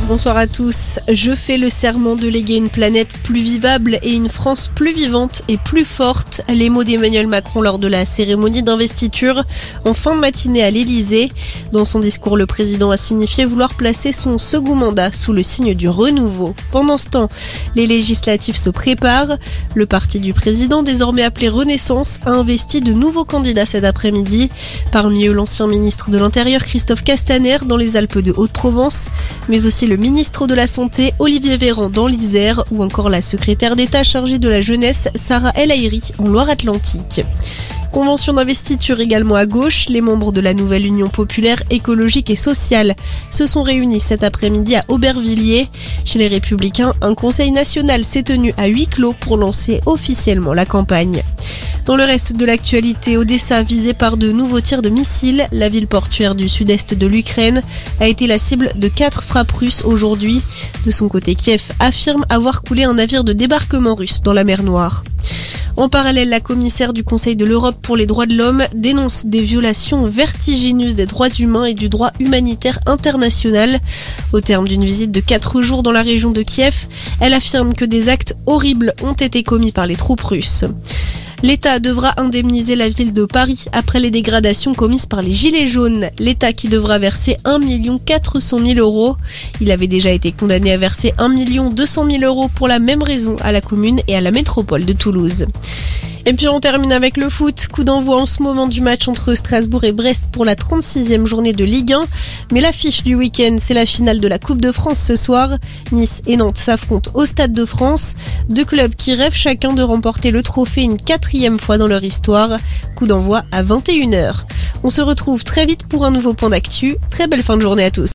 Bonsoir à tous. Je fais le serment de léguer une planète plus vivable et une France plus vivante et plus forte. Les mots d'Emmanuel Macron lors de la cérémonie d'investiture en fin de matinée à l'Elysée. Dans son discours, le président a signifié vouloir placer son second mandat sous le signe du renouveau. Pendant ce temps, les législatives se préparent. Le parti du président, désormais appelé Renaissance, a investi de nouveaux candidats cet après-midi. Parmi eux, l'ancien ministre de l'Intérieur Christophe Castaner dans les Alpes de Haute-Provence, mais aussi le ministre de la Santé Olivier Véran dans l'Isère ou encore la secrétaire d'État chargée de la jeunesse Sarah El Haïry en Loire-Atlantique. Convention d'investiture également à gauche. Les membres de la nouvelle Union populaire écologique et sociale se sont réunis cet après-midi à Aubervilliers. Chez les Républicains, un conseil national s'est tenu à huis clos pour lancer officiellement la campagne. Dans le reste de l'actualité, Odessa visée par de nouveaux tirs de missiles. La ville portuaire du sud-est de l'Ukraine a été la cible de 4 frappes russes aujourd'hui. De son côté, Kiev affirme avoir coulé un navire de débarquement russe dans la mer Noire. En parallèle, la commissaire du Conseil de l'Europe pour les droits de l'homme dénonce des violations vertigineuses des droits humains et du droit humanitaire international. Au terme d'une visite de 4 jours dans la région de Kiev, elle affirme que des actes horribles ont été commis par les troupes russes. L'État devra indemniser la ville de Paris après les dégradations commises par les Gilets jaunes. L'État qui devra verser 1 400 000 €. Il avait déjà été condamné à verser 1 200 000 € pour la même raison à la commune et à la métropole de Toulouse. Et puis on termine avec le foot. Coup d'envoi en ce moment du match entre Strasbourg et Brest pour la 36e journée de Ligue 1. Mais l'affiche du week-end, c'est la finale de la Coupe de France ce soir. Nice et Nantes s'affrontent au Stade de France. Deux clubs qui rêvent chacun de remporter le trophée une 4e fois dans leur histoire. Coup d'envoi à 21h. On se retrouve très vite pour un nouveau point d'actu. Très belle fin de journée à tous.